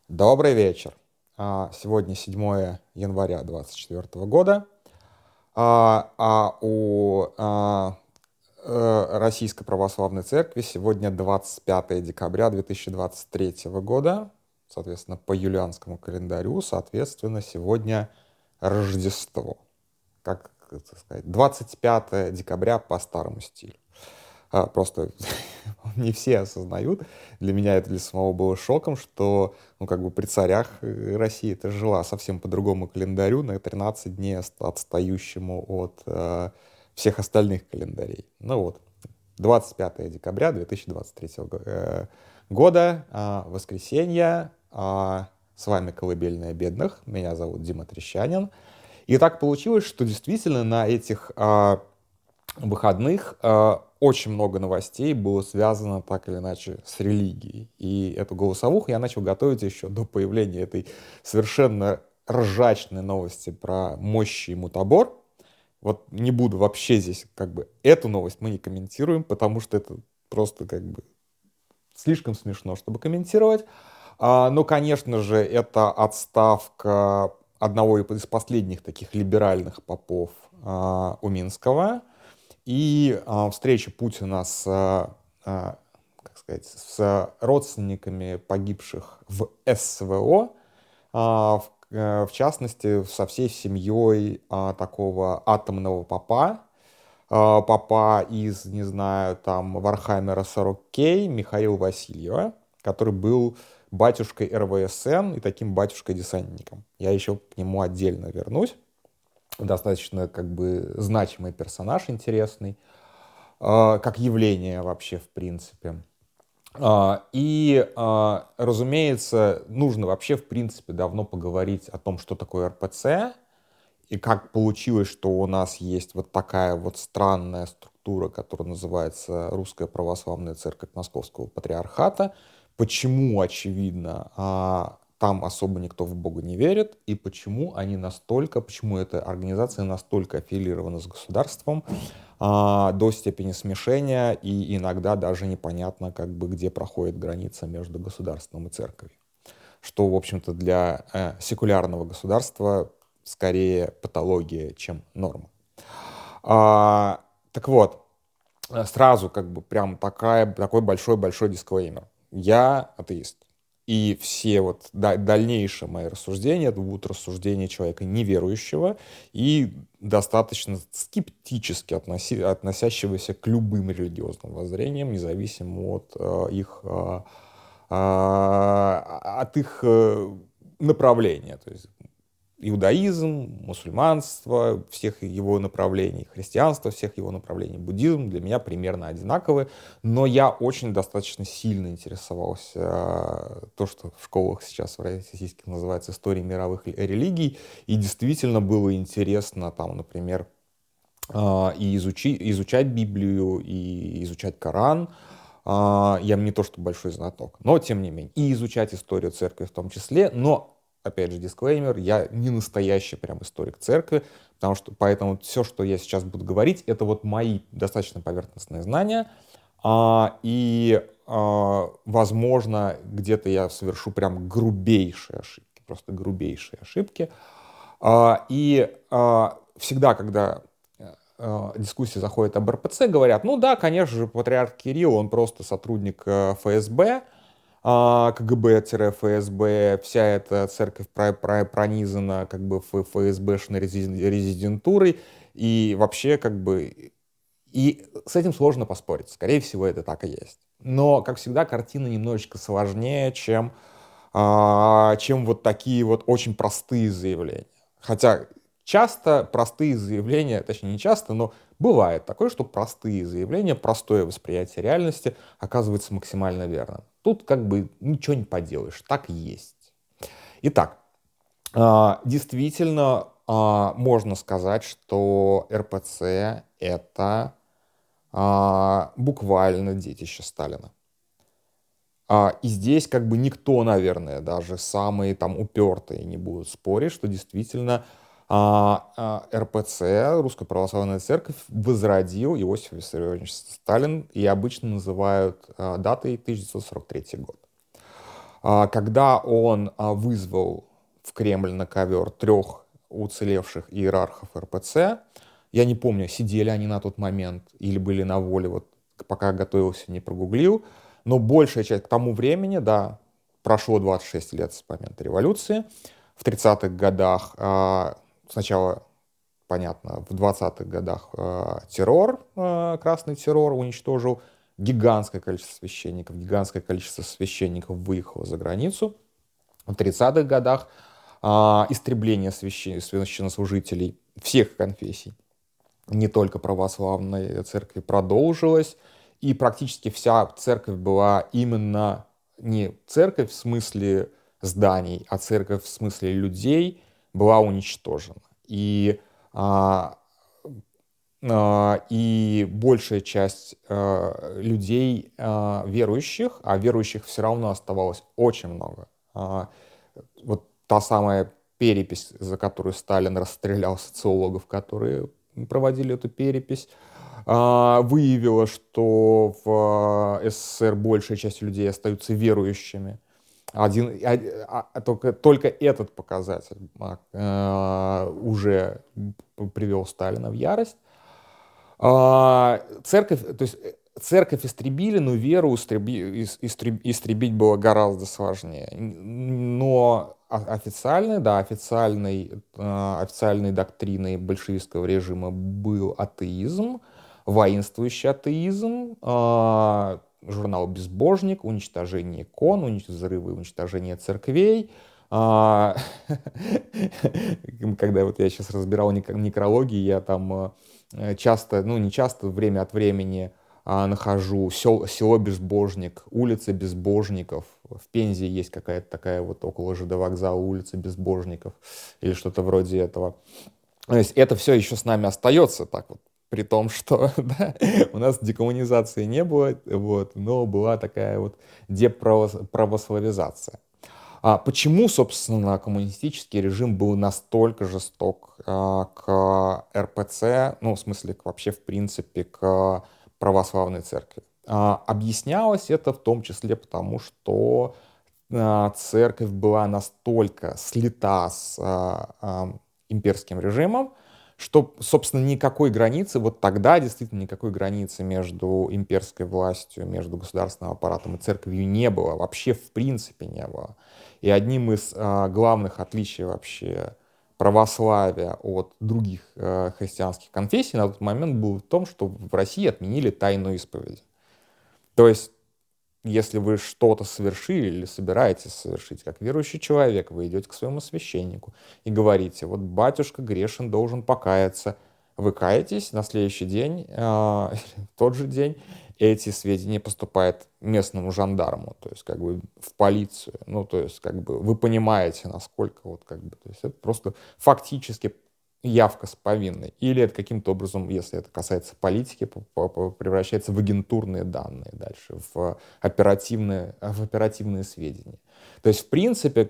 Добрый вечер. Сегодня 7 января 2024 года. У Российской Православной Церкви сегодня 25 декабря 2023 года. Соответственно, по юлианскому календарю, соответственно, сегодня Рождество. Как это сказать? 25 декабря по старому стилю. Просто не все осознают. Для меня это для самого было шоком, что, при царях России это жила совсем по другому календарю, на 13 дней отстающему от всех остальных календарей. 25 декабря 2023 года, воскресенье. С вами «Колыбельная бедных». Меня зовут Дима Трещанин. И так получилось, что действительно на этих выходных очень много новостей было связано так или иначе с религией. И эту голосовуху я начал готовить еще до появления этой совершенно ржачной новости про мощи и мутабор. Вот не буду вообще здесь эту новость мы не комментируем, потому что это просто слишком смешно, чтобы комментировать. Но, конечно же, это отставка одного из последних таких либеральных попов у Минского. И встреча Путина с родственниками погибших в СВО, в частности, со всей семьей такого атомного попа, попа из, не знаю, там, Вархаммера 40К Михаила Васильева, который был батюшкой РВСН и таким батюшкой-десантником. Я еще к нему отдельно вернусь. Достаточно значимый персонаж, интересный, как явление вообще в принципе. Разумеется, нужно вообще в принципе давно поговорить о том, что такое РПЦ, и как получилось, что у нас есть вот такая вот странная структура, которая называется Русская Православная Церковь Московского Патриархата, почему, очевидно, там особо никто в Бога не верит, и почему эта организация настолько аффилирована с государством до степени смешения, и иногда даже непонятно, где проходит граница между государством и церковью. Что, в общем-то, для секулярного государства скорее патология, чем норма. Так вот, сразу прям такой большой-большой дисклеймер. Я атеист. И все вот дальнейшие мои рассуждения, это будут рассуждения человека неверующего и достаточно скептически относящегося к любым религиозным воззрениям, независимо от их направления. То есть иудаизм, мусульманство, всех его направлений, христианство, всех его направлений, буддизм для меня примерно одинаковые, но я очень достаточно сильно интересовался то, что в школах сейчас в российских называется историей мировых религий, и действительно было интересно там, например, и изучать Библию, и изучать Коран. Я не то что большой знаток, но тем не менее, и изучать историю церкви в том числе, но опять же, дисклеймер, я не настоящий прям историк церкви, поэтому все, что я сейчас буду говорить, это вот мои достаточно поверхностные знания, возможно, где-то я совершу прям грубейшие ошибки, просто грубейшие ошибки. Всегда, когда дискуссии заходят об РПЦ, говорят, ну да, конечно же, патриарх Кирилл, он просто сотрудник ФСБ, КГБ-ФСБ, вся эта церковь пронизана ФСБшной резидентурой, и вообще и с этим сложно поспорить, скорее всего это так и есть. Но, как всегда, картина немножечко сложнее, чем вот такие вот очень простые заявления. Хотя часто простые заявления, точнее не часто, но бывает такое, что простые заявления, простое восприятие реальности оказывается максимально верным. Тут ничего не поделаешь, так и есть. Итак, действительно можно сказать, что РПЦ это буквально детище Сталина. И здесь никто, наверное, даже самые там упертые не будут спорить, что действительно РПЦ, Русская Православная Церковь, возродил Иосиф Виссарионович Сталин, и обычно называют датой 1943 год. Когда он вызвал в Кремль на ковер 3 уцелевших иерархов РПЦ, я не помню, сидели они на тот момент или были на воле, вот пока готовился, не прогуглил, но большая часть к тому времени, да, прошло 26 лет с момента революции, в 30-х годах сначала, понятно, в 20-х годах террор, красный террор уничтожил гигантское количество священников выехало за границу. В 30-х годах истребление священнослужителей всех конфессий, не только православной церкви, продолжилось, и практически вся церковь была именно не церковь в смысле зданий, а церковь в смысле людей была уничтожена. И большая часть людей верующих, а верующих все равно оставалось очень много. Вот та самая перепись, за которую Сталин расстрелял социологов, которые проводили эту перепись, выявила, что в СССР большая часть людей остаются верующими. Только этот показатель уже привел Сталина в ярость. Церковь, то есть церковь истребили, но веру истребить было гораздо сложнее. Но официальной доктриной большевистского режима был атеизм, воинствующий атеизм, журнал «Безбожник», уничтожение икон, взрывы и уничтожение церквей. Когда вот я сейчас разбирал некрологии, я там часто, не часто, время от времени нахожу село Безбожник, улица Безбожников. В Пензе есть какая-то такая вот около ЖД вокзала улица Безбожников или что-то вроде этого. То есть это все еще с нами остается так вот, при том, что да, у нас декоммунизации не было, вот, но была такая вот деправославизация. Почему, собственно, коммунистический режим был настолько жесток к РПЦ, в смысле, вообще, в принципе, к православной церкви? Объяснялось это в том числе потому, что церковь была настолько слита с имперским режимом, что, собственно, никакой границы, вот тогда действительно никакой границы между имперской властью, между государственным аппаратом и церковью не было, вообще в принципе не было. И одним из главных отличий вообще православия от других христианских конфессий на тот момент был в том, что в России отменили тайну исповеди. То есть, если вы что-то совершили или собираетесь совершить, как верующий человек, вы идете к своему священнику и говорите: вот батюшка грешен, должен покаяться. Вы каетесь, на следующий день, в тот же день, эти сведения поступают местному жандарму, то есть как бы в полицию. То есть как бы вы понимаете, насколько то есть это просто фактически явка с повинной. Или это каким-то образом, если это касается политики, превращается в агентурные данные дальше, в оперативные сведения. То есть, в принципе,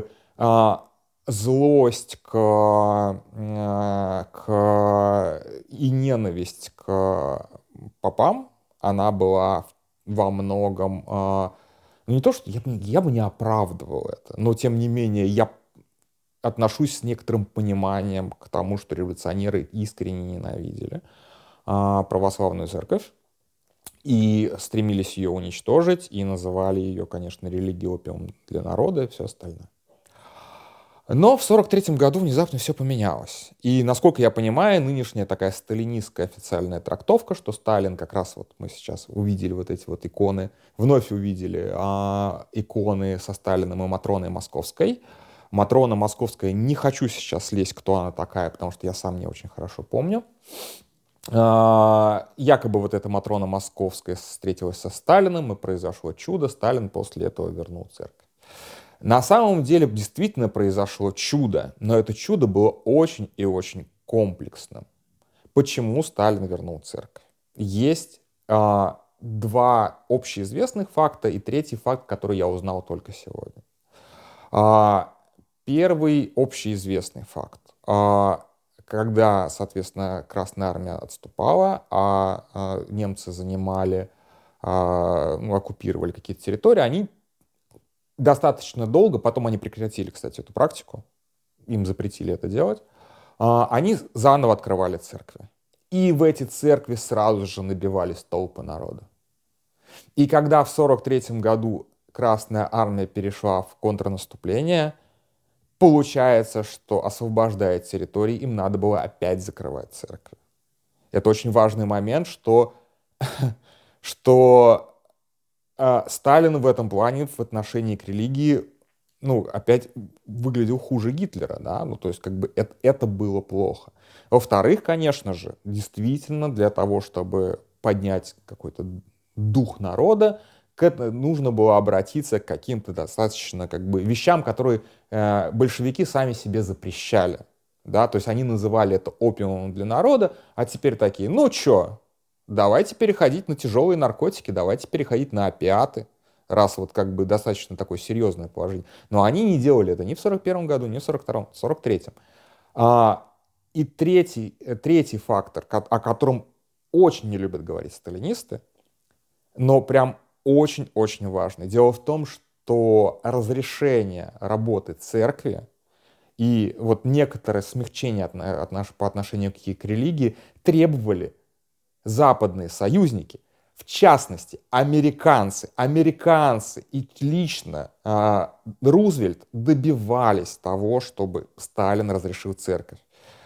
злость и ненависть к попам, она была во многом... не то, что я бы не оправдывал это, но, тем не менее, я отношусь с некоторым пониманием к тому, что революционеры искренне ненавидели православную церковь и стремились ее уничтожить, и называли ее, конечно, религией опиум для народа и все остальное. Но в 1943 году внезапно все поменялось. И, насколько я понимаю, нынешняя такая сталинистская официальная трактовка, что Сталин как раз, вот мы сейчас увидели вот эти вот иконы, вновь увидели иконы со Сталиным и Матроной Московской. Матрона Московская, не хочу сейчас лезть, кто она такая, потому что я сам не очень хорошо помню. Якобы вот эта Матрона Московская встретилась со Сталиным, и произошло чудо, Сталин после этого вернул церковь. На самом деле действительно произошло чудо, но это чудо было очень и очень комплексным. Почему Сталин вернул церковь? Есть два общеизвестных факта и третий факт, который я узнал только сегодня. Первый общеизвестный факт. Когда, соответственно, Красная Армия отступала, немцы занимали, оккупировали какие-то территории, они достаточно долго, потом они прекратили, кстати, эту практику, им запретили это делать, они заново открывали церкви. И в эти церкви сразу же набивались толпы народа. И когда в 1943 году Красная Армия перешла в контрнаступление, получается, что, освобождая территории, им надо было опять закрывать церкви. Это очень важный момент, что Сталин в этом плане в отношении к религии, опять выглядел хуже Гитлера, да, то есть как бы это было плохо. Во-вторых, конечно же, действительно для того, чтобы поднять какой-то дух народа, нужно было обратиться к каким-то достаточно как бы вещам, которые большевики сами себе запрещали, да, то есть они называли это опиумом для народа, а теперь такие, давайте переходить на тяжелые наркотики, давайте переходить на опиаты, раз вот как бы достаточно такое серьезное положение. Но они не делали это ни в 1941 году, ни в 1942, в 1943. И третий фактор, о котором очень не любят говорить сталинисты, но прям очень-очень важный. Дело в том, что разрешение работы церкви и вот некоторое смягчение по отношению к религии требовали западные союзники, в частности, американцы и лично Рузвельт добивались того, чтобы Сталин разрешил церковь.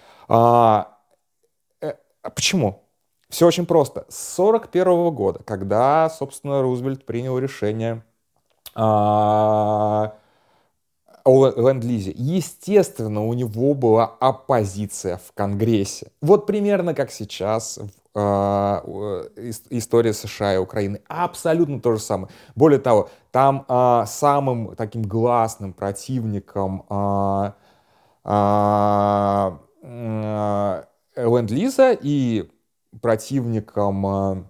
Почему? Все очень просто. С 1941 года, когда, собственно, Рузвельт принял решение о ленд-лизе, естественно, у него была оппозиция в Конгрессе. Вот примерно как сейчас в истории США и Украины. Абсолютно то же самое. Более того, там самым таким гласным противником ленд-лиза и противником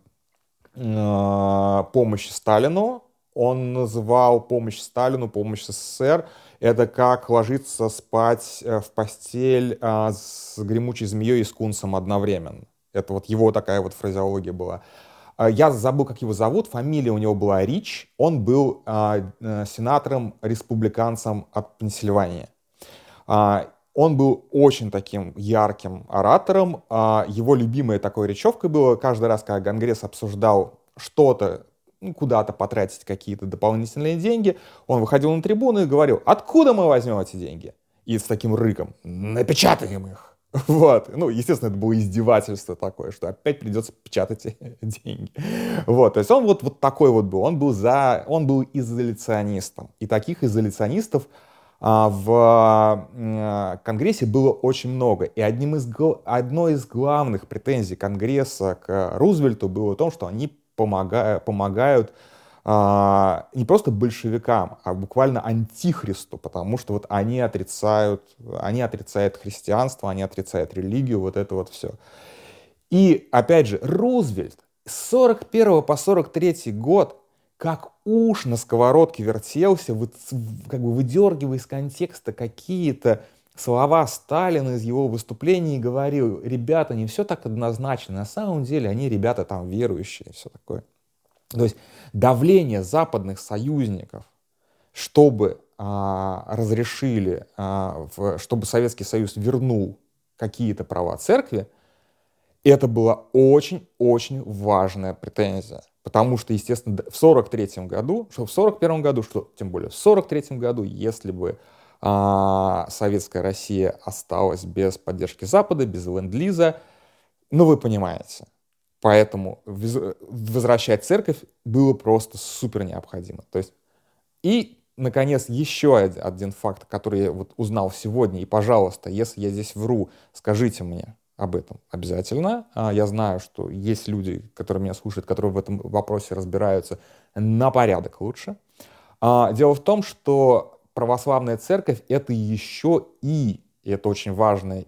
помощи Сталину, он называл помощь Сталину, помощь СССР, это как ложиться спать в постель с гремучей змеей и скунсом одновременно. Это вот его такая вот фразеология была. Я забыл, как его зовут, фамилия у него была Рич, он был сенатором-республиканцем от Пенсильвании. Он был очень таким ярким оратором. Его любимой такой речевкой было каждый раз, когда Конгресс обсуждал что-то, куда-то потратить какие-то дополнительные деньги, он выходил на трибуну и говорил: откуда мы возьмем эти деньги? И с таким рыком: напечатаем их. Вот. Естественно, это было издевательство такое, что опять придется печатать деньги. Вот. То есть он вот такой вот был. Он был изоляционистом. И таких изоляционистов в Конгрессе было очень много. И одной из главных претензий Конгресса к Рузвельту было в том, что они помогают не просто большевикам, а буквально антихристу, потому что вот они отрицают христианство, они отрицают религию, вот это вот все. И опять же, Рузвельт с 1941 по 1943 год как уж на сковородке вертелся, как бы выдергивая из контекста какие-то слова Сталина из его выступлений, и говорил: ребята, не все так однозначно, на самом деле они ребята там верующие, все такое. То есть давление западных союзников, чтобы разрешили, чтобы Советский Союз вернул какие-то права церкви, это была очень-очень важная претензия. Потому что, естественно, в 1943 году, что в 1941 году, что тем более в 1943 году, если бы советская Россия осталась без поддержки Запада, без ленд-лиза, вы понимаете. Поэтому возвращать церковь было просто супер необходимо. То есть, и, наконец, еще один факт, который я вот узнал сегодня. И, пожалуйста, если я здесь вру, скажите мне об этом обязательно. Я знаю, что есть люди, которые меня слушают, которые в этом вопросе разбираются на порядок лучше. Дело в том, что православная церковь — это еще и это очень важное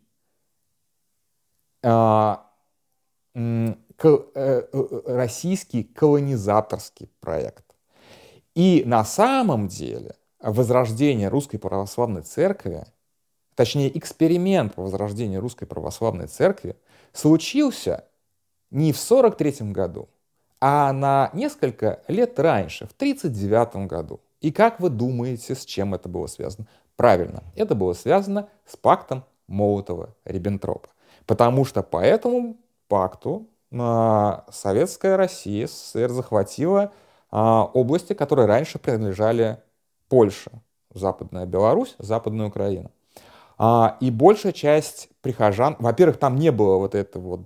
российский колонизаторский проект. И на самом деле возрождение Русской Православной Церкви, точнее эксперимент по возрождению Русской Православной Церкви, случился не в 1943 году, а на несколько лет раньше, в 1939 году. И как вы думаете, с чем это было связано? Правильно, это было связано с пактом Молотова-Риббентропа. Потому что по этому пакту Советская Россия, СССР, захватила области, которые раньше принадлежали Польше. Западная Беларусь, Западная Украина. И большая часть прихожан, во-первых, там не было вот этой вот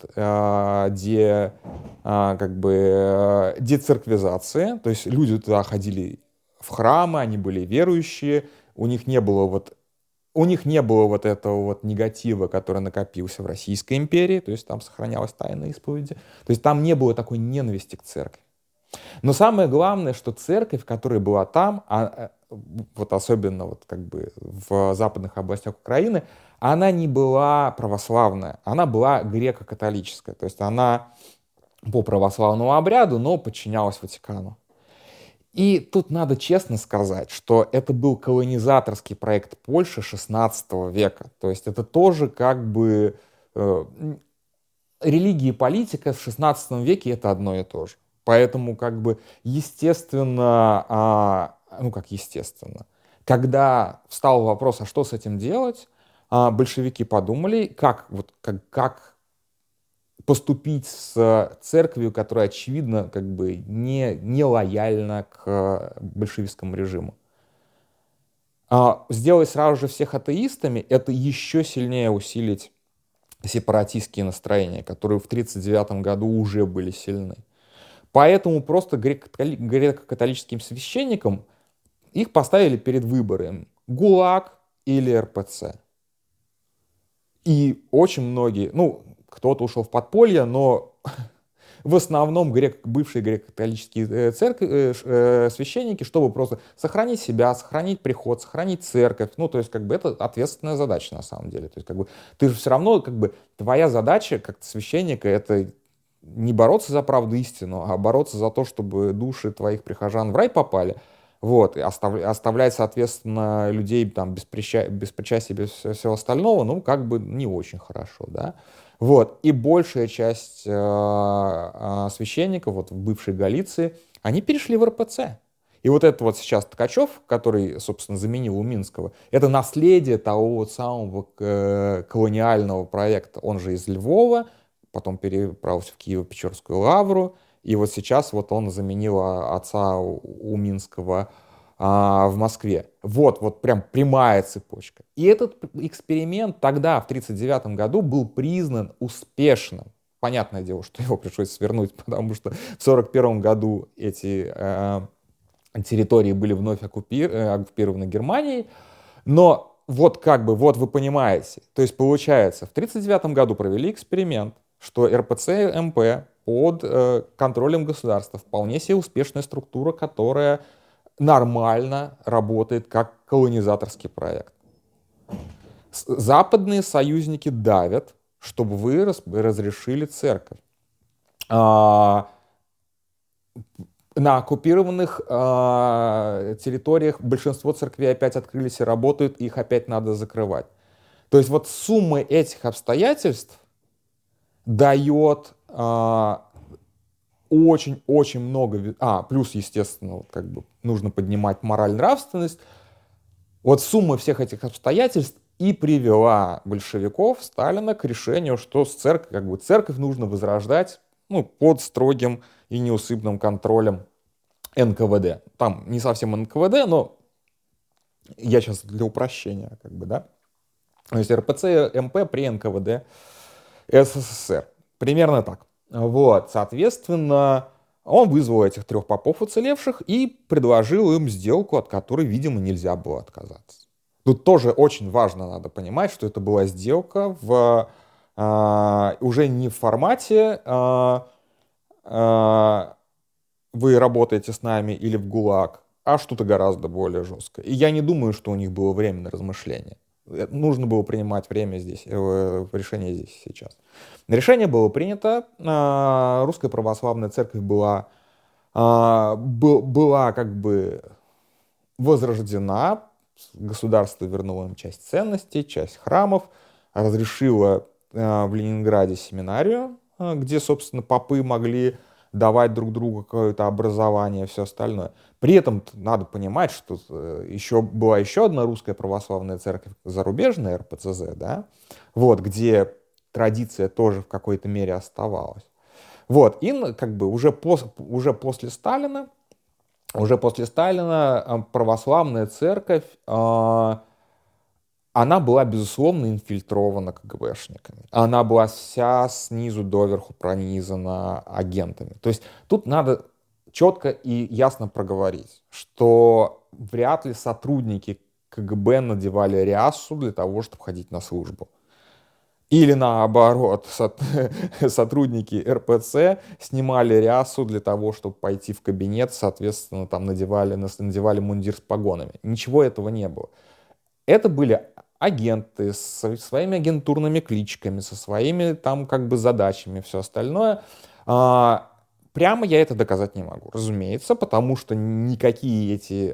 децерквизации, то есть люди туда ходили в храмы, они были верующие, у них не было вот этого вот негатива, который накопился в Российской империи, то есть там сохранялась тайна исповеди, то есть там не было такой ненависти к церкви. Но самое главное, что церковь, которая была там, вот особенно вот как бы в западных областях Украины, она не была православная, она была греко-католическая. То есть она по православному обряду, но подчинялась Ватикану. И тут надо честно сказать, что это был колонизаторский проект Польши XVI века. То есть это тоже как бы религия и политика в XVI веке это одно и то же. Поэтому как бы естественно, когда встал вопрос, а что с этим делать, большевики подумали, как поступить с церковью, которая, очевидно, как бы не лояльна к большевистскому режиму. Сделать сразу же всех атеистами, это еще сильнее усилить сепаратистские настроения, которые в 1939 году уже были сильны. Поэтому просто греко-католическим священникам их поставили перед выбором: ГУЛАГ или РПЦ. И очень многие, кто-то ушел в подполье, но в основном бывшие греко-католические священники, чтобы просто сохранить себя, сохранить приход, сохранить церковь. То есть, как бы, это ответственная задача на самом деле. То есть, как бы, ты же все равно, как бы, твоя задача, как священника, это не бороться за правду и истину, а бороться за то, чтобы души твоих прихожан в рай попали. Вот, и оставлять, соответственно, людей там без причастия, без всего остального, как бы не очень хорошо, да. Вот, и большая часть священников вот в бывшей Галиции, они перешли в РПЦ. И вот это вот сейчас Ткачев, который, собственно, заменил Уминского, это наследие того вот самого колониального проекта. Он же из Львова, потом переправился в Киево-Печерскую лавру, и вот сейчас вот он заменил отца Уминского в Москве. Вот прям прямая цепочка. И этот эксперимент тогда, в 1939 году, был признан успешным. Понятное дело, что его пришлось свернуть, потому что в 1941 году эти территории были вновь оккупированы Германией. Но вот вы понимаете, то есть получается, в 1939 году провели эксперимент, что РПЦ-МП под контролем государства вполне себе успешная структура, которая нормально работает как колонизаторский проект. Западные союзники давят, чтобы вы разрешили церковь. На оккупированных территориях большинство церквей опять открылись и работают, их опять надо закрывать. То есть вот сумма этих обстоятельств дает очень-очень много... плюс, естественно, как бы нужно поднимать мораль-нравственность. Вот сумма всех этих обстоятельств и привела большевиков, Сталина, к решению, что церковь нужно возрождать под строгим и неусыпным контролем НКВД. Там не совсем НКВД, но я сейчас для упрощения, да. То есть РПЦ, МП при НКВД СССР. Примерно так. Вот, соответственно, он вызвал этих 3 попов уцелевших и предложил им сделку, от которой, видимо, нельзя было отказаться. Тут тоже очень важно, надо понимать, что это была сделка уже не в формате вы работаете с нами или в ГУЛАГ, а что-то гораздо более жесткое. И я не думаю, что у них было время на размышления. Нужно было принимать решение здесь и сейчас. Решение было принято. Русская православная церковь была как бы возрождена. Государство вернуло им часть ценностей, часть храмов, разрешило в Ленинграде семинарию, где, собственно, попы могли давать друг другу какое-то образование, все остальное. При этом надо понимать, что была еще одна русская православная церковь, зарубежная РПЦЗ, да, вот, где традиция тоже в какой-то мере оставалась. Вот, и как бы уже после Сталина православная церковь, она была, безусловно, инфильтрована КГБшниками. Она была вся снизу доверху пронизана агентами. То есть тут надо четко и ясно проговорить, что вряд ли сотрудники КГБ надевали рясу для того, чтобы ходить на службу. Или наоборот, сотрудники РПЦ снимали рясу для того, чтобы пойти в кабинет, соответственно, там надевали мундир с погонами. Ничего этого не было. Это были агенты со своими агентурными кличками, со своими там как бы задачами, все остальное. Прямо я это доказать не могу, разумеется, потому что никакие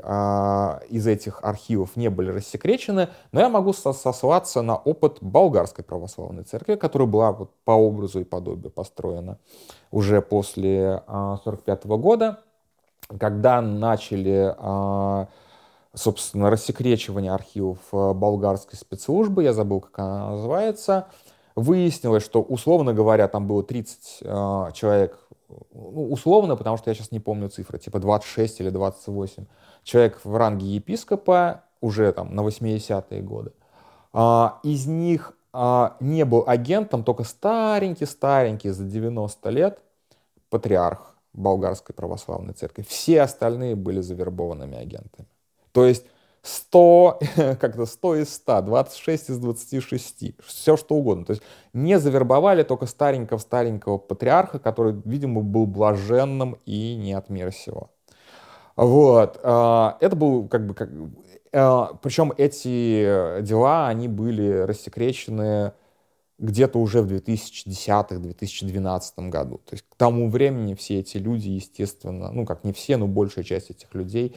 из этих архивов не были рассекречены, но я могу сослаться на опыт болгарской православной церкви, которая была вот по образу и подобию построена уже после 1945 года, когда начали собственно, рассекречивание архивов болгарской спецслужбы, я забыл, как она называется, выяснилось, что, условно говоря, там было 30 человек, ну, условно, потому что я сейчас не помню цифры, типа 26 или 28 человек в ранге епископа уже там на 80-е годы. Из них не был агентом только старенький за 90 лет патриарх болгарской православной церкви. Все остальные были завербованными агентами. То есть 100, как-то 100 из 100, 26 из 26, все что угодно. То есть не завербовали только старенького патриарха, который, видимо, был блаженным и не от мира сего. Вот. Это был причем эти дела, они были рассекречены где-то уже в 2010-2012 году. То есть к тому времени все эти люди, естественно, ну как не все, но большая часть этих людей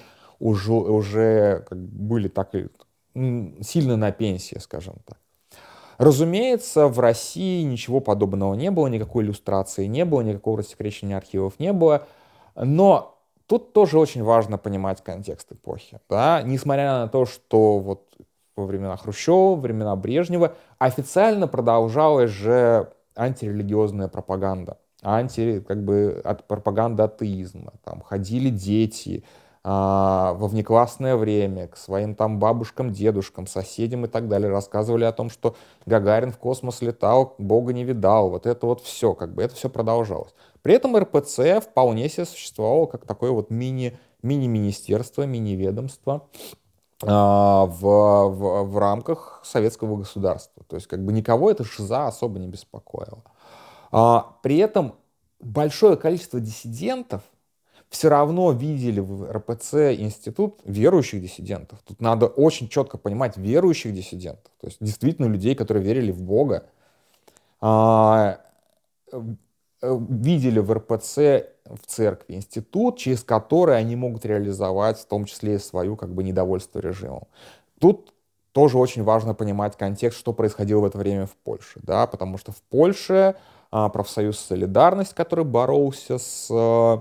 уже как были так сильно на пенсии, скажем так. Разумеется, в России ничего подобного не было, никакой иллюстрации не было, никакого рассекречения архивов не было. Но тут тоже очень важно понимать контекст эпохи. Да? Несмотря на то, что вот во времена Хрущева, времена Брежнева официально продолжалась же антирелигиозная пропаганда, пропаганда атеизма. Там ходили дети во внеклассное время к своим там бабушкам, дедушкам, соседям и так далее, рассказывали о том, что Гагарин в космос летал, Бога не видал, вот это вот все, как бы это все продолжалось. При этом РПЦ вполне себе существовало как такое вот мини-министерство, мини-ведомство в рамках советского государства. То есть как бы никого эта шиза особо не беспокоила. При этом большое количество диссидентов все равно видели в РПЦ институт верующих диссидентов. Тут надо очень четко понимать верующих диссидентов, то есть действительно людей, которые верили в Бога, видели в РПЦ, в церкви институт, через который они могут реализовать в том числе и свою как бы недовольство режимом. Тут тоже очень важно понимать контекст, что происходило в это время в Польше, да, потому что в Польше профсоюз «Солидарность», который боролся с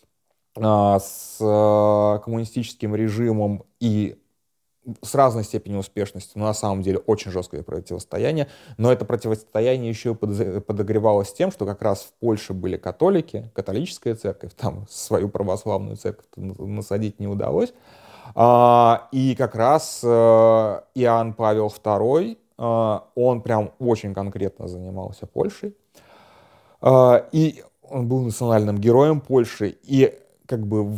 коммунистическим режимом и с разной степенью успешности, но на самом деле очень жесткое противостояние, но это противостояние еще и подогревалось тем, что как раз в Польше были католики, католическая церковь, там свою православную церковь насадить не удалось, и как раз Иоанн Павел II, он прям очень конкретно занимался Польшей, и он был национальным героем Польши, и как бы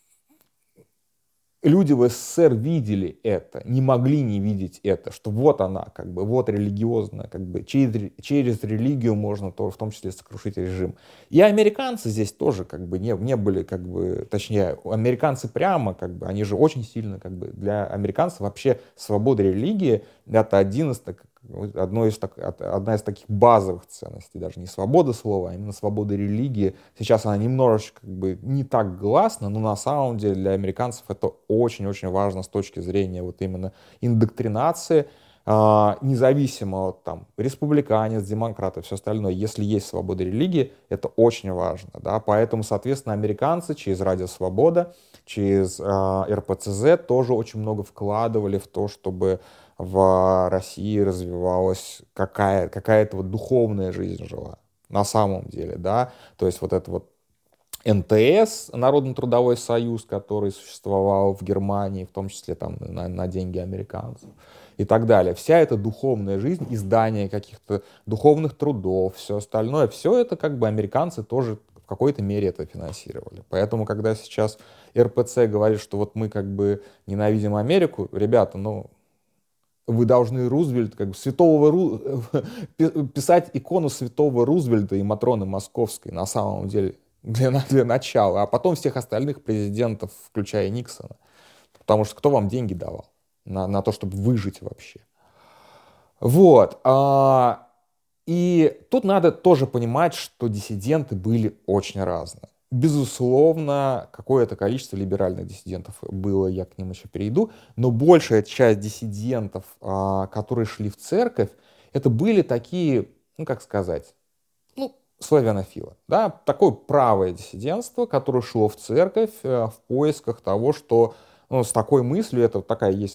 люди в СССР видели это, не могли не видеть это, что вот она, как бы, вот религиозная, как бы, через религию можно тоже, в том числе, сокрушить режим. И американцы здесь тоже, как бы, не были, как бы, точнее, американцы прямо, как бы, они же очень сильно, как бы, для американцев вообще свобода религии — это одна из таких базовых ценностей, даже не свобода слова, а именно свобода религии. Сейчас она немножечко как бы не так гласна, но на самом деле для американцев это очень-очень важно с точки зрения вот именно индоктринации. независимо от там республиканец, демократ и все остальное, если есть свобода религии, это очень важно, да, поэтому, соответственно, американцы через Радио Свобода, через РПЦЗ тоже очень много вкладывали в то, чтобы в России развивалась какая-то вот духовная жизнь жила, на самом деле, да, то есть вот это вот НТС, Народно-трудовой союз, который существовал в Германии, в том числе там на деньги американцев и так далее. Вся эта духовная жизнь, издание каких-то духовных трудов, все остальное, все это как бы американцы тоже в какой-то мере это финансировали. Поэтому, когда сейчас РПЦ говорит, что вот мы как бы ненавидим Америку, ребята, ну, вы должны Рузвельт, как бы писать икону святого Рузвельта и Матроны Московской на самом деле для начала, а потом всех остальных президентов, включая Никсона. Потому что кто вам деньги давал на то, чтобы выжить вообще? Вот. И тут надо тоже понимать, что диссиденты были очень разные. Безусловно, какое-то количество либеральных диссидентов было, я к ним еще перейду, но большая часть диссидентов, которые шли в церковь, это были такие, ну как сказать, ну, славянофилы, да, такое правое диссидентство, которое шло в церковь в поисках того, что, ну, с такой мыслью, это такая есть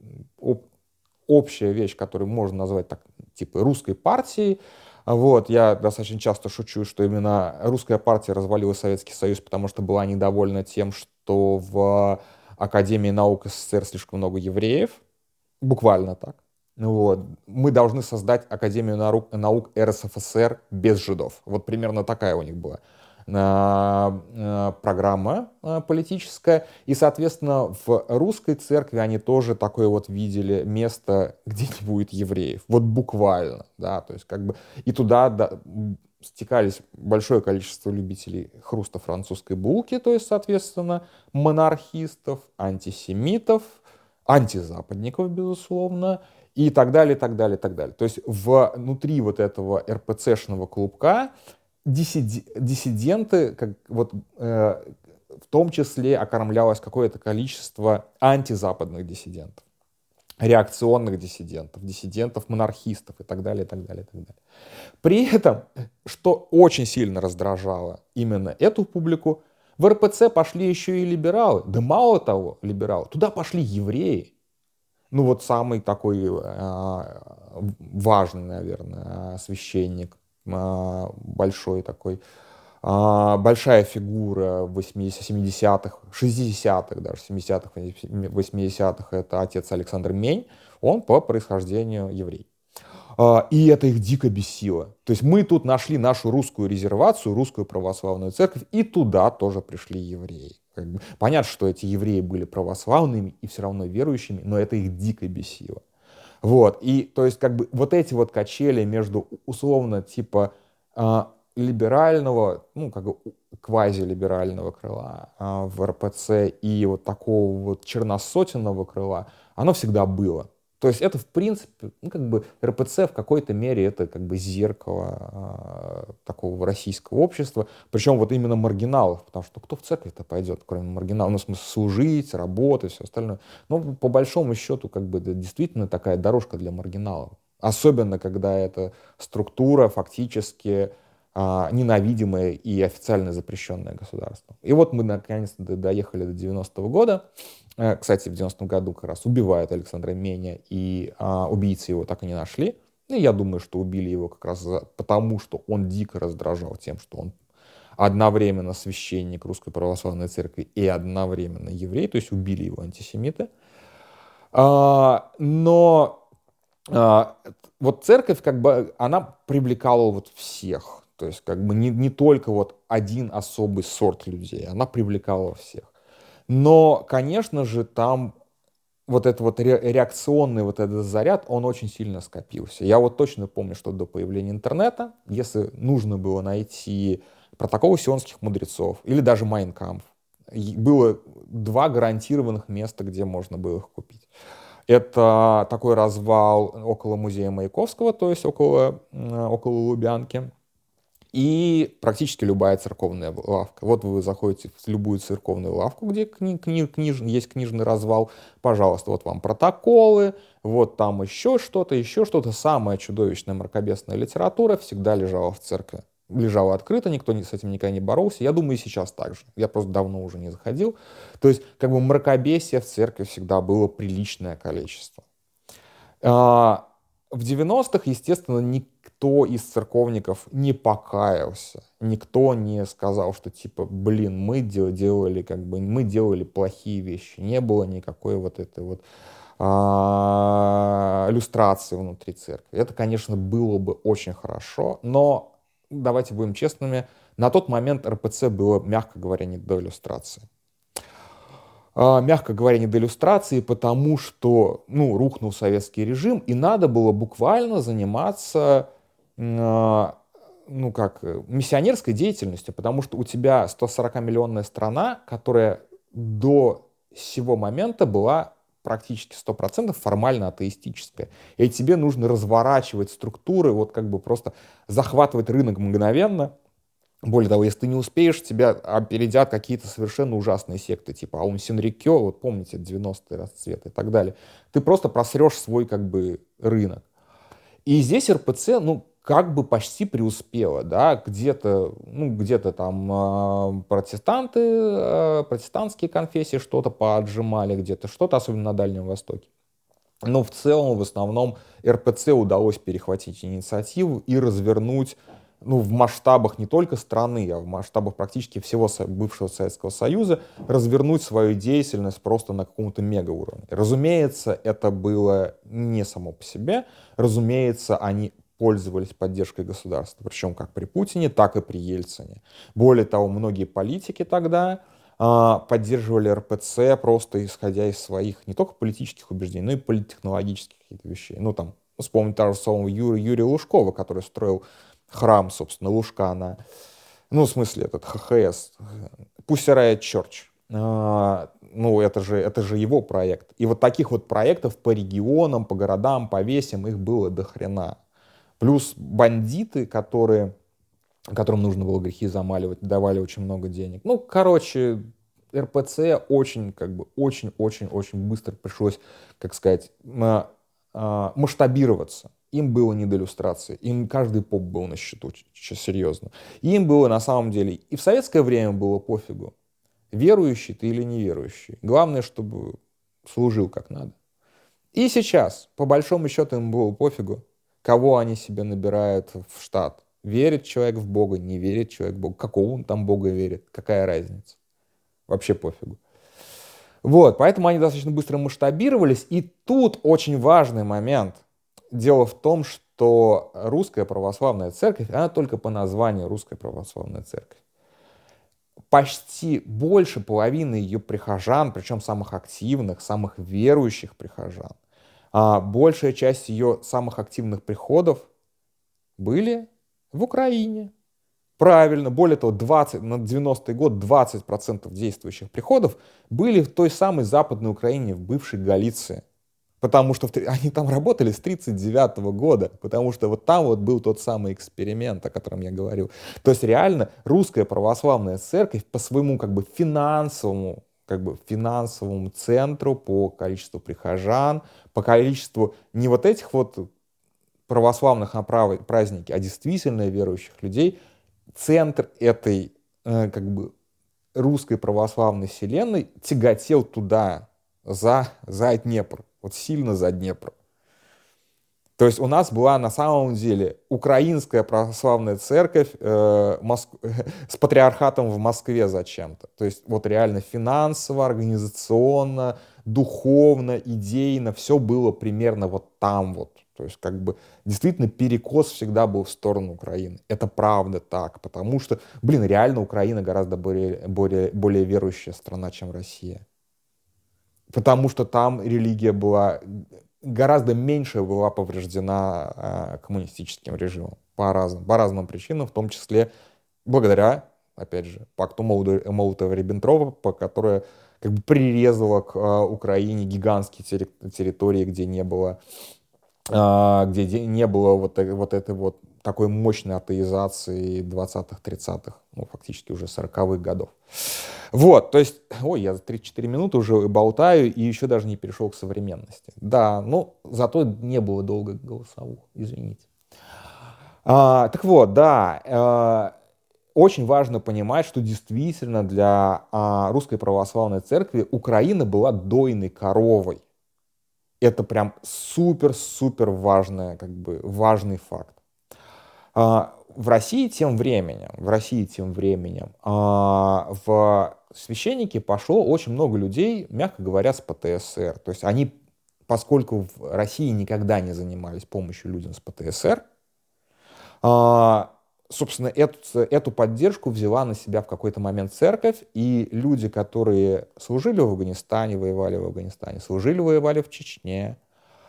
общая вещь, которую можно назвать так, типа русской партией. Вот, я достаточно часто шучу, что именно русская партия развалила Советский Союз, потому что была недовольна тем, что в Академии наук СССР слишком много евреев. Буквально так. Вот. Мы должны создать Академию наук РСФСР без жидов. Вот примерно такая у них была программа политическая. И, соответственно, в русской церкви они тоже такое вот видели место, где не будет евреев. Вот буквально, да, то есть как бы и туда стекались большое количество любителей хруста французской булки, то есть, соответственно, монархистов, антисемитов, антизападников, безусловно, и так далее, так далее, так далее. То есть внутри вот этого РПЦшного клубка диссиденты, как, вот, в том числе окормлялось какое-то количество антизападных диссидентов, реакционных диссидентов, диссидентов-монархистов и так далее, и так далее, и так далее. При этом, что очень сильно раздражало именно эту публику, в РПЦ пошли еще и либералы. Да мало того, либералы, туда пошли евреи. Ну вот самый такой важный, наверное, священник, большой такой, большая фигура 70-х, 60-х, даже 70-х, 80-х, это отец Александр Мень, он по происхождению еврей. И это их дико бесило. То есть мы тут нашли нашу русскую резервацию, русскую православную церковь, и туда тоже пришли евреи. Как бы, понятно, что эти евреи были православными и все равно верующими, но это их дико бесило. Вот, и то есть как бы вот эти вот качели между условно типа либерального, ну как бы квазилиберального крыла в РПЦ и вот такого вот черносотенного крыла, оно всегда было. То есть это, в принципе, ну, как бы РПЦ в какой-то мере это как бы зеркало такого российского общества, причем вот именно маргиналов, потому что кто в церковь-то пойдет, кроме маргиналов, ну, в смысле, служить, работать, все остальное. Но по большому счету, как бы, это действительно такая дорожка для маргиналов. Особенно, когда эта структура фактически ненавидимая и официально запрещенная государством. И вот мы наконец-то доехали до 90-го года. Кстати, в 90-м году как раз убивают Александра Меня, и убийцы его так и не нашли. И я думаю, что убили его как раз потому, что он дико раздражал тем, что он одновременно священник Русской Православной Церкви и одновременно еврей, то есть убили его антисемиты. Но вот церковь, как бы, она привлекала вот всех. То есть, как бы, не только вот один особый сорт людей, она привлекала всех. Но, конечно же, там вот этот вот реакционный вот этот заряд, он очень сильно скопился. Я вот точно помню, что до появления интернета, если нужно было найти протоколы сионских мудрецов или даже Майн Кампф, было два гарантированных места, где можно было их купить. Это такой развал около музея Маяковского, то есть около Лубянки. и практически любая церковная лавка. Вот вы заходите в любую церковную лавку, где есть книжный развал, пожалуйста, вот вам протоколы, вот там еще что-то, еще что-то. Самая чудовищная мракобесная литература всегда лежала в церкви. Лежала открыто, никто с этим никогда не боролся. Я думаю, и сейчас так же. Я просто давно уже не заходил. То есть, как бы мракобесия в церкви всегда было приличное количество. В 90-х, естественно, никто из церковников не покаялся. Никто не сказал, что типа, блин, мы делали плохие вещи. Не было никакой вот этой вот люстрации внутри церкви. Это, конечно, было бы очень хорошо, но давайте будем честными, на тот момент РПЦ было, мягко говоря, не до иллюстрации. Мягко говоря, не до иллюстрации, потому что, рухнул советский режим, и надо было буквально заниматься, миссионерской деятельностью, потому что у тебя 140-миллионная страна, которая до сего момента была практически 100% формально атеистическая. И тебе нужно разворачивать структуры, вот как бы просто захватывать рынок мгновенно. Более того, если ты не успеешь, тебя опередят какие-то совершенно ужасные секты, типа Аум Синрикё, вот помните, 90-е расцвет и так далее. Ты просто просрешь свой как бы рынок. И здесь РПЦ, как бы почти преуспела, да, где-то там протестантские конфессии что-то поотжимали, где-то что-то, особенно на Дальнем Востоке. Но в целом, в основном, РПЦ удалось перехватить инициативу и развернуть, в масштабах не только страны, а в масштабах практически всего бывшего Советского Союза, развернуть свою деятельность просто на каком-то мегауровне. Разумеется, это было не само по себе. Разумеется, они пользовались поддержкой государства, причем как при Путине, так и при Ельцине. Более того, многие политики тогда поддерживали РПЦ просто исходя из своих не только политических убеждений, но и политтехнологических каких-то вещей. Вспомнить того же самого Юрия Лужкова, который строил храм, собственно, Лужкана. В смысле, этот ХХС, Pussy Riot Church. Это же его проект. И вот таких вот проектов по регионам, по городам, по весям их было до хрена. Плюс бандиты, которым нужно было грехи замаливать, давали очень много денег. РПЦ очень быстро пришлось, масштабироваться. Им было не до иллюстрации. Им каждый поп был на счету, серьезно. Им было на самом деле, и в советское время было пофигу, верующий ты или неверующий. Главное, чтобы служил как надо. И сейчас, по большому счету, им было пофигу, кого они себе набирают в штат. Верит человек в Бога, не верит человек в Бога. Какого он там Бога верит? Какая разница? Вообще пофигу. Вот, поэтому они достаточно быстро масштабировались. И тут очень важный момент. Дело в том, что Русская Православная Церковь, она только по названию Русская Православная Церковь. Почти больше половины ее прихожан, причем самых активных, самых верующих прихожан, большая часть ее самых активных приходов были в Украине. Правильно, более того, на 90-й год 20% действующих приходов были в той самой Западной Украине, в бывшей Галиции. Потому что они там работали с 1939 года, потому что вот там вот был тот самый эксперимент, о котором я говорил. То есть реально Русская Православная Церковь по своему финансовому центру, по количеству прихожан, по количеству не вот этих вот православных на праздники, а действительно верующих людей, центр этой русской православной вселенной тяготел туда, за Днепр. Вот сильно за Днепр. То есть у нас была на самом деле Украинская православная церковь с патриархатом в Москве зачем-то. То есть вот реально финансово, организационно, духовно, идейно все было примерно вот там вот. То есть действительно перекос всегда был в сторону Украины. Это правда так, потому что, реально Украина гораздо более верующая страна, чем Россия. Потому что там религия была гораздо меньше была повреждена коммунистическим режимом по разным причинам, в том числе благодаря, опять же, пакту Молотова-Риббентропа, которая прирезала к Украине гигантские территории, где не было вот этой вот такой мощной атеизации 20-х, 30-х, ну, фактически уже 40-х годов. Вот, то есть, ой, я за 3-4 минуты уже болтаю и еще даже не перешел к современности. Да, ну, зато не было долго голосовых, извините. Так вот, да, очень важно понимать, что действительно для Русской Православной Церкви Украина была дойной коровой. Это прям супер-супер важный, как бы, важный факт. В России тем временем, в священники пошло очень много людей, мягко говоря, с ПТСР. То есть они, поскольку в России никогда не занимались помощью людям с ПТСР, собственно, эту поддержку взяла на себя в какой-то момент церковь, и люди, которые служили в Афганистане, воевали в Афганистане, воевали в Чечне,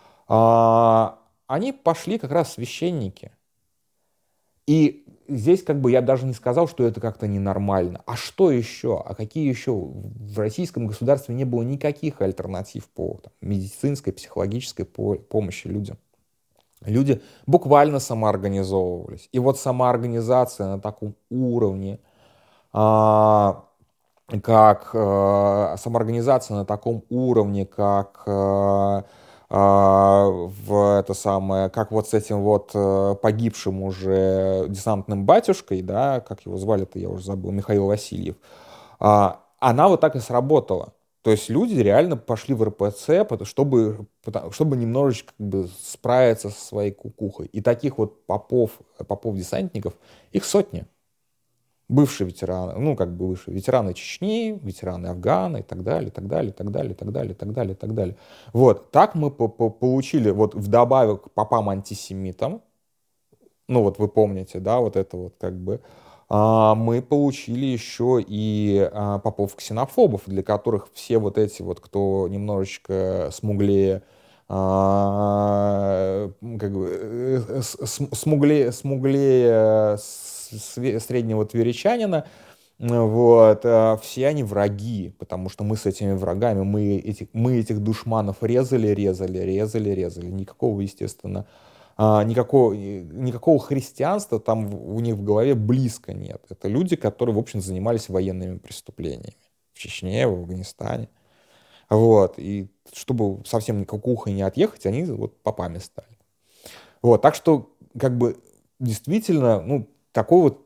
они пошли как раз священники. И здесь как бы я даже не сказал, что это как-то ненормально. А что еще? А какие еще? В российском государстве не было никаких альтернатив по медицинской, психологической помощи людям. Люди буквально самоорганизовывались. И вот самоорганизация на таком уровне, как как вот с этим вот погибшим уже десантным батюшкой, да, как его звали-то, я уже забыл, Михаил Васильев, она вот так и сработала. То есть люди реально пошли в РПЦ, чтобы немножечко как бы справиться со своей кукухой. И таких вот попов-десантников, их сотни. Бывшие ветераны, ну, как бы бывшие ветераны Чечни, ветераны Афгана и так далее, и так далее, и так далее, и так далее, и так далее, и так далее. Вот, так мы получили, вот вдобавок к попам-антисемитам, ну, вот вы помните, да, вот это вот как бы, мы получили еще и попов-ксенофобов, для которых все вот эти вот, кто немножечко смуглее, как бы, смуглее среднего тверичанина, вот, все они враги, потому что мы с этими врагами, мы этих душманов резали. Никакого, естественно, никакого христианства там у них в голове близко нет. Это люди, которые, в общем, занимались военными преступлениями в Чечне, в Афганистане. Вот, и чтобы совсем кукухой не отъехать, они вот попами стали. Вот, так что, как бы, действительно, ну, такой вот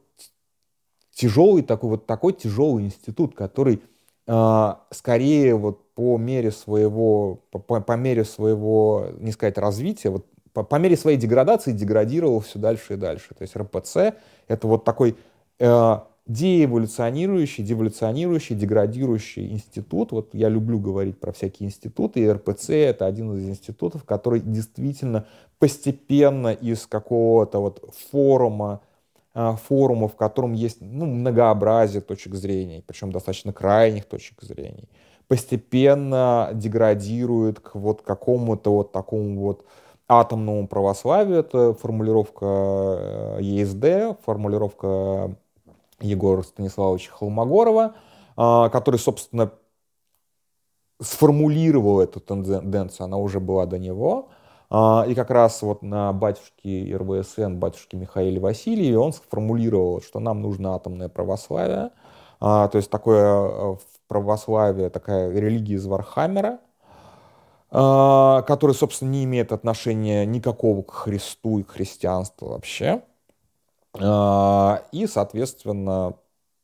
такой тяжелый институт, который скорее вот по мере своего, не сказать развития, вот по мере своей деградации деградировал все дальше и дальше. То есть РПЦ это вот такой деволюционирующий, деградирующий институт. Вот я люблю говорить про всякие институты, и РПЦ это один из институтов, который действительно постепенно из какого-то вот форума, в котором есть, ну, многообразие точек зрения, причем достаточно крайних точек зрения, постепенно деградирует к вот какому-то вот такому вот атомному православию. Это формулировка ЕСД, формулировка Егора Станиславовича Холмогорова, который, собственно, сформулировал эту тенденцию, она уже была до него. И как раз вот на батюшке РВСН, батюшке Михаиле Васильеве, он сформулировал, что нам нужно атомное православие, то есть такое православие, такая религия из Вархаммера, которая, собственно, не имеет отношения никакого к Христу и к христианству вообще. И, соответственно,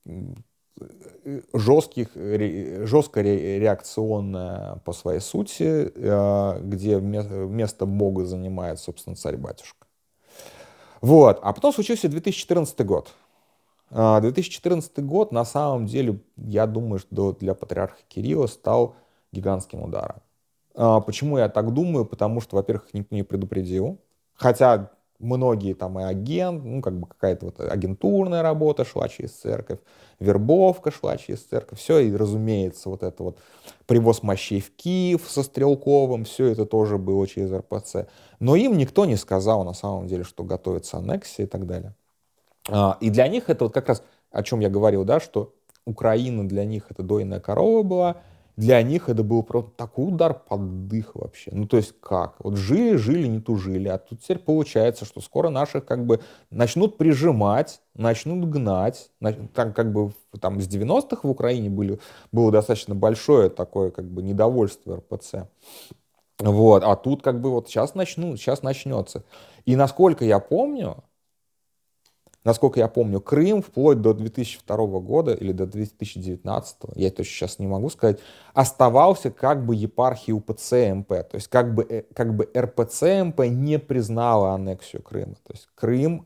жестко реакционная по своей сути, где место Бога занимает, собственно, царь-батюшка. Вот. А потом случился 2014 год. 2014 год, на самом деле, я думаю, что для патриарха Кирилла стал гигантским ударом. Почему я так думаю? Потому что, во-первых, никто не предупредил. Хотя многие там и агент, ну, как бы какая-то вот агентурная работа шла через церковь, вербовка шла через церковь, все, и, разумеется, вот это вот привоз мощей в Киев со Стрелковым, все это тоже было через РПЦ. Но им никто не сказал, на самом деле, что готовится аннексия и так далее. И для них это вот как раз, о чем я говорил, да, что Украина для них это дойная корова была, для них это был просто такой удар под дых вообще. Ну, то есть как? Вот жили, не тужили, а тут теперь получается, что скоро наших как бы начнут прижимать, начнут гнать. Так как бы там с 90-х в Украине было достаточно большое такое как бы недовольство РПЦ. Вот, а тут как бы вот сейчас начнется. И насколько я помню, Крым вплоть до 2002 года или до 2019, я точно сейчас не могу сказать, оставался как бы епархией УПЦ МП. То есть как бы РПЦ МП не признала аннексию Крыма. То есть Крым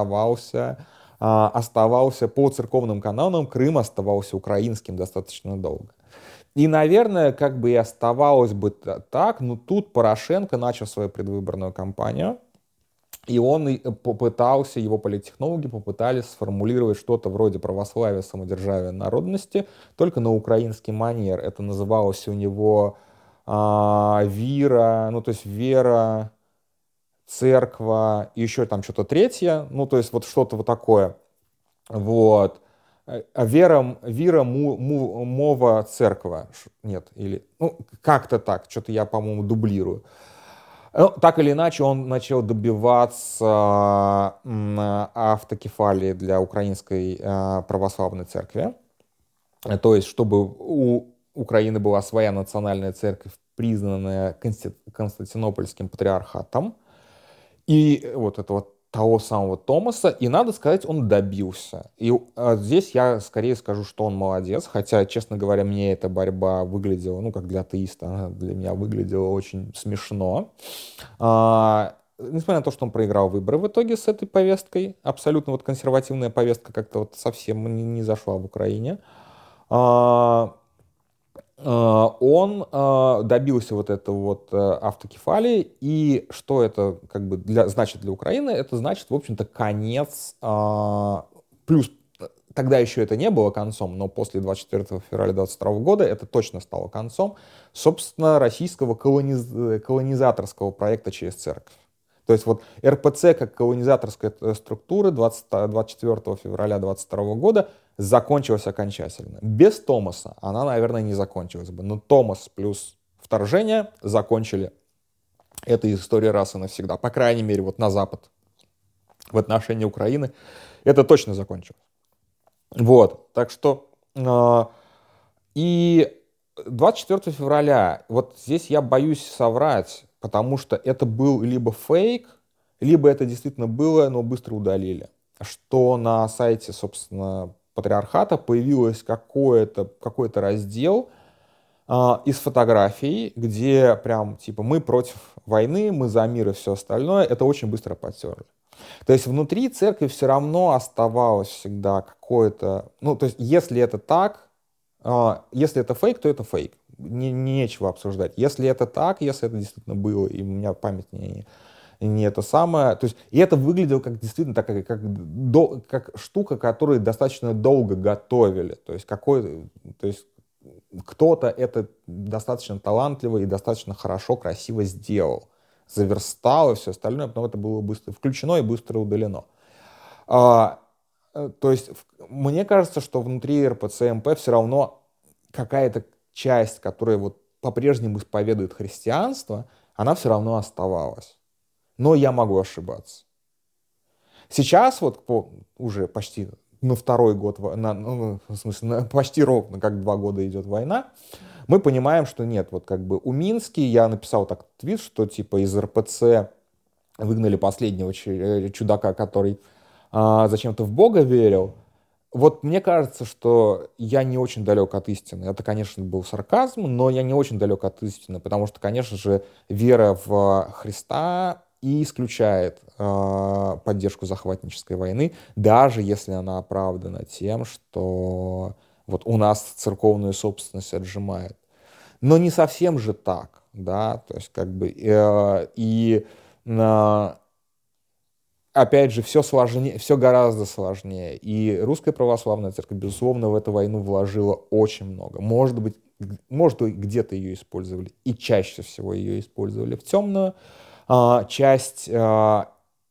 оставался по церковным канонам, Крым оставался украинским достаточно долго. И, наверное, как бы и оставалось бы так, но тут Порошенко начал свою предвыборную кампанию, и его политтехнологи попытались сформулировать что-то вроде православия, самодержавия, народности, только на украинский манер. Это называлось у него вера, ну то есть вера, церква и еще там что-то третье, ну то есть вот что-то вот такое. Вот. Вера, мова, церква. Нет, или, ну, как-то так, что-то я, по-моему, дублирую. Ну, так или иначе, он начал добиваться автокефалии для украинской православной церкви. То есть, чтобы у Украины была своя национальная церковь, признанная Константинопольским патриархатом. И вот этого того самого Томаса, и надо сказать, он добился. И здесь я скорее скажу, что он молодец, хотя, честно говоря, мне эта борьба выглядела, ну, как для атеиста, она для меня выглядела очень смешно. Несмотря на то, что он проиграл выборы в итоге с этой повесткой, абсолютно вот консервативная повестка как-то вот совсем не зашла в Украине. Он добился вот этого вот автокефалии, и что это как бы значит для Украины? Это значит, в общем-то, конец, плюс тогда еще это не было концом, но после 24 февраля 2022 года это точно стало концом, собственно, российского колонизаторского проекта через церковь. То есть вот РПЦ как колонизаторская структура 24 февраля 2022 года закончилась окончательно. Без Томаса она, наверное, не закончилась бы. Но Томас плюс вторжение закончили эту историю раз и навсегда. По крайней мере, вот на Запад в отношении Украины это точно закончилось. Вот, так что и 24 февраля, вот здесь я боюсь соврать, потому что это был либо фейк, либо это действительно было, но быстро удалили. Что на сайте, собственно, патриархата появилось какой-то раздел из фотографий, где прям типа мы против войны, мы за мир и все остальное. Это очень быстро подтерли. То есть внутри церкви все равно оставалось всегда какое-то... Ну, то есть если это так, если это фейк, то это фейк. Нечего обсуждать. Если это так, если это действительно было, и у меня память не это самое. То есть, и это выглядело как действительно такая, как штука, которую достаточно долго готовили. То есть кто-то это достаточно талантливо и достаточно хорошо, красиво сделал. Заверстал и все остальное, потом это было быстро включено и быстро удалено. То есть мне кажется, что внутри РПЦ-МП все равно какая-то часть, которая вот по-прежнему исповедует христианство, она все равно оставалась. Но я могу ошибаться. Сейчас вот уже почти на второй год, в смысле, почти ровно как 2 года идет война, мы понимаем, что нет, вот как бы у Мински, я написал так твит, что типа из РПЦ выгнали последнего чудака, который зачем-то в Бога верил. Вот мне кажется, что я не очень далек от истины. Это, конечно, был сарказм, но я не очень далек от истины, потому что, конечно же, вера в Христа и исключает поддержку захватнической войны, даже если она оправдана тем, что вот у нас церковную собственность отжимает. Но не совсем же так, да, то есть как бы опять же, все сложнее, все гораздо сложнее. И Русская Православная Церковь, безусловно, в эту войну вложила очень много. Может быть, где-то ее использовали, и чаще всего ее использовали в темную часть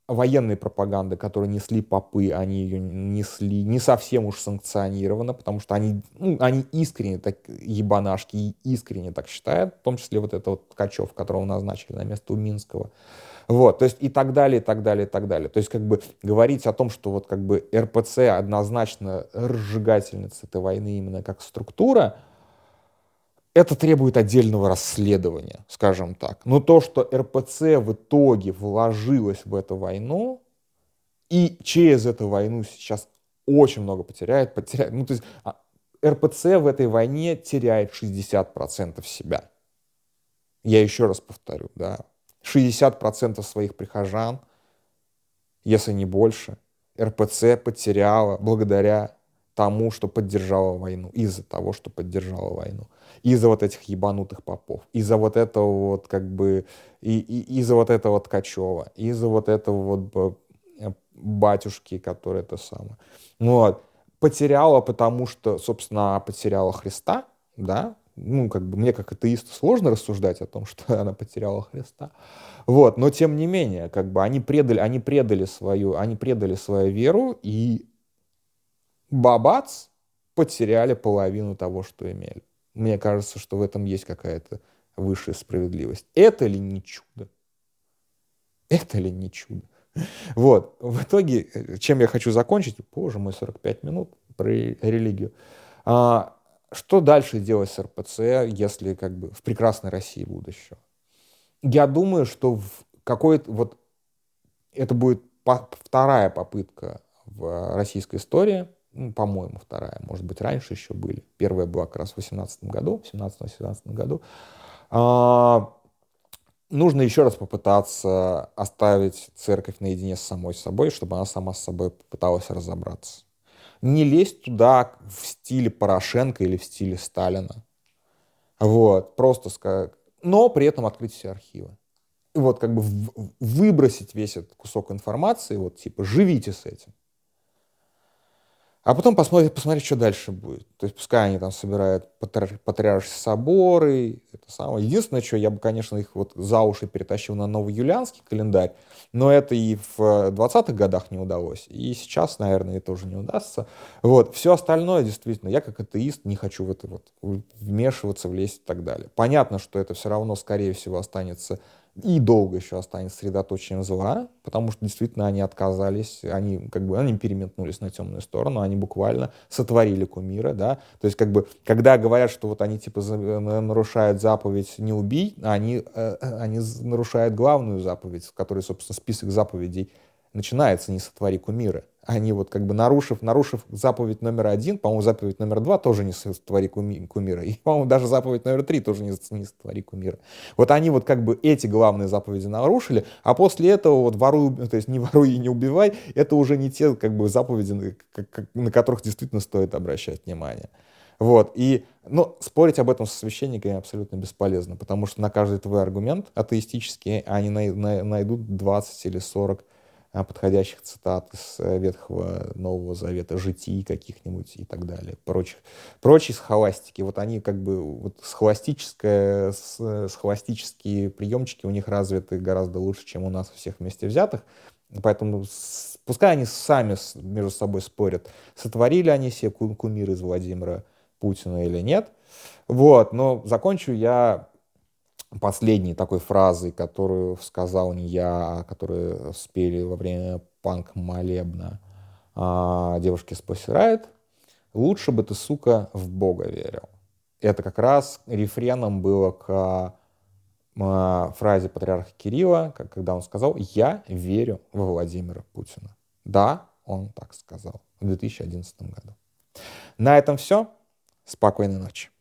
военной пропаганды, которую несли попы, они ее несли не совсем уж санкционированно, потому что они искренне так, ебанашки, и искренне так считают, в том числе вот это вот Ткачев, которого назначили на место Уминского. Вот, то есть и так далее, и так далее, и так далее. То есть как бы говорить о том, что вот как бы РПЦ однозначно разжигательница этой войны именно как структура, это требует отдельного расследования, скажем так. Но то, что РПЦ в итоге вложилась в эту войну, и через эту войну сейчас очень много потеряет. Ну, то есть РПЦ в этой войне теряет 60% себя. Я еще раз повторю, да. 60% своих прихожан, если не больше, РПЦ потеряла благодаря тому, что поддержала войну, из-за того, что поддержала войну, из-за вот этих ебанутых попов, из-за вот этого вот как бы, из-за вот этого Ткачева, из-за вот этого вот батюшки, который это самое. Вот. Потеряла, потому что, собственно, потеряла Христа, да, ну, как бы мне как атеисту сложно рассуждать о том, что она потеряла Христа. Вот, но тем не менее, как бы они предали свою веру и бабац, потеряли половину того, что имели. Мне кажется, что в этом есть какая-то высшая справедливость. Это ли не чудо? Это ли не чудо? Вот, в итоге, чем я хочу закончить, боже мой, 45 минут про религию. Что дальше делать с РПЦ, если как бы в прекрасной России будущего? Я думаю, что вот это будет вторая попытка в российской истории, ну, по-моему, вторая, может быть, раньше еще были. Первая была как раз в 2018 году, в 17-18 году. Нужно еще раз попытаться оставить церковь наедине с самой собой, чтобы она сама с собой попыталась разобраться. Не лезть туда в стиле Порошенко или в стиле Сталина. Вот, просто сказать, но при этом открыть все архивы. И вот как бы выбросить весь этот кусок информации, вот типа живите с этим. А потом посмотреть, что дальше будет. То есть пускай они там собирают патриаршие соборы, это самое. Единственное, что я бы, конечно, их вот за уши перетащил на новоюлианский календарь, но это и в 20-х годах не удалось, и сейчас, наверное, это уже не удастся. Вот. Все остальное, действительно, я как атеист не хочу в это вот вмешиваться, влезть и так далее. Понятно, что это все равно, скорее всего, останется и долго еще останется средоточием зла, потому что действительно они отказались, они переметнулись на темную сторону, они буквально сотворили кумира, да, то есть как бы, когда говорят, что вот они типа нарушают заповедь «не убий», они нарушают главную заповедь, в которой, собственно, список заповедей начинается «не сотвори кумира». Они вот как бы нарушив заповедь номер 1, по-моему, заповедь номер 2 тоже не сотвори кумира. И, по-моему, даже заповедь номер 3 тоже не сотвори кумира. Вот они вот как бы эти главные заповеди нарушили, а после этого вот воруй, то есть не воруй и не убивай, это уже не те как бы заповеди, на которых действительно стоит обращать внимание. Вот, но спорить об этом со священниками абсолютно бесполезно, потому что на каждый твой аргумент атеистический они найдут 20 или 40 подходящих цитат из Ветхого Нового Завета, житий каких-нибудь и так далее, прочей схоластики. Вот они как бы, вот схоластические приемчики у них развиты гораздо лучше, чем у нас всех вместе взятых, поэтому пускай они сами между собой спорят, сотворили они себе кумир из Владимира Путина или нет. Вот, но закончу я последней такой фразой, которую сказал не я, а которую спели во время панк-молебна девушки с Pussy Riot. «Лучше бы ты, сука, в Бога верил». Это как раз рефреном было к фразе патриарха Кирилла, когда он сказал «Я верю во Владимира Путина». Да, он так сказал в 2011 году. На этом все. Спокойной ночи.